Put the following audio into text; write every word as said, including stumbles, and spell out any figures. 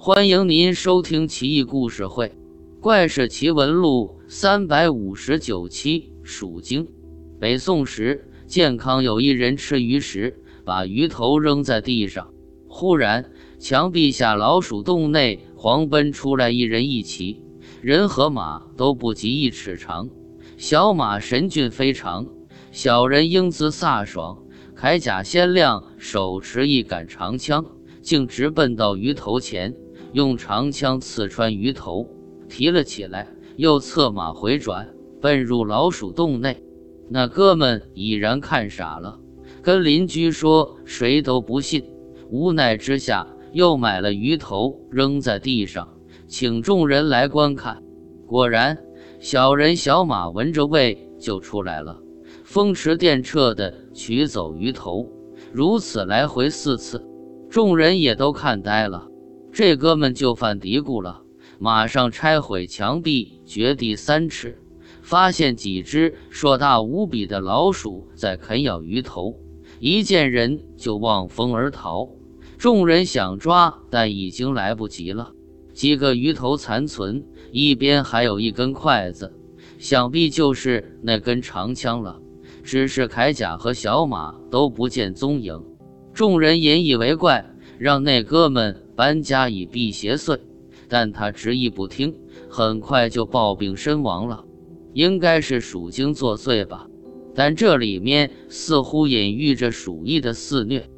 欢迎您收听奇异故事会《怪事奇闻录》三百五十九期蜀经。北宋时，健康有一人吃鱼时，把鱼头扔在地上，忽然墙壁下老鼠洞内狂奔出来一人一骑，人和马都不及一尺长，小马神骏非常，小人英姿飒爽，铠甲鲜亮，手持一杆长枪，竟直奔到鱼头前，用长枪刺穿鱼头，提了起来，又策马回转，奔入老鼠洞内。那哥们已然看傻了，跟邻居说谁都不信，无奈之下又买了鱼头扔在地上，请众人来观看。果然小人小马闻着味就出来了，风驰电掣地取走鱼头，如此来回四次，众人也都看呆了。这哥们就犯嘀咕了，马上拆毁墙壁，掘地三尺，发现几只硕大无比的老鼠在啃咬鱼头，一见人就望风而逃。众人想抓，但已经来不及了。几个鱼头残存，一边还有一根筷子，想必就是那根长枪了，只是铠甲和小马都不见踪影。众人引以为怪，让那哥们搬家以辟邪祟，但他执意不听，很快就暴病身亡了。应该是鼠精作祟吧，但这里面似乎隐喻着鼠疫的肆虐。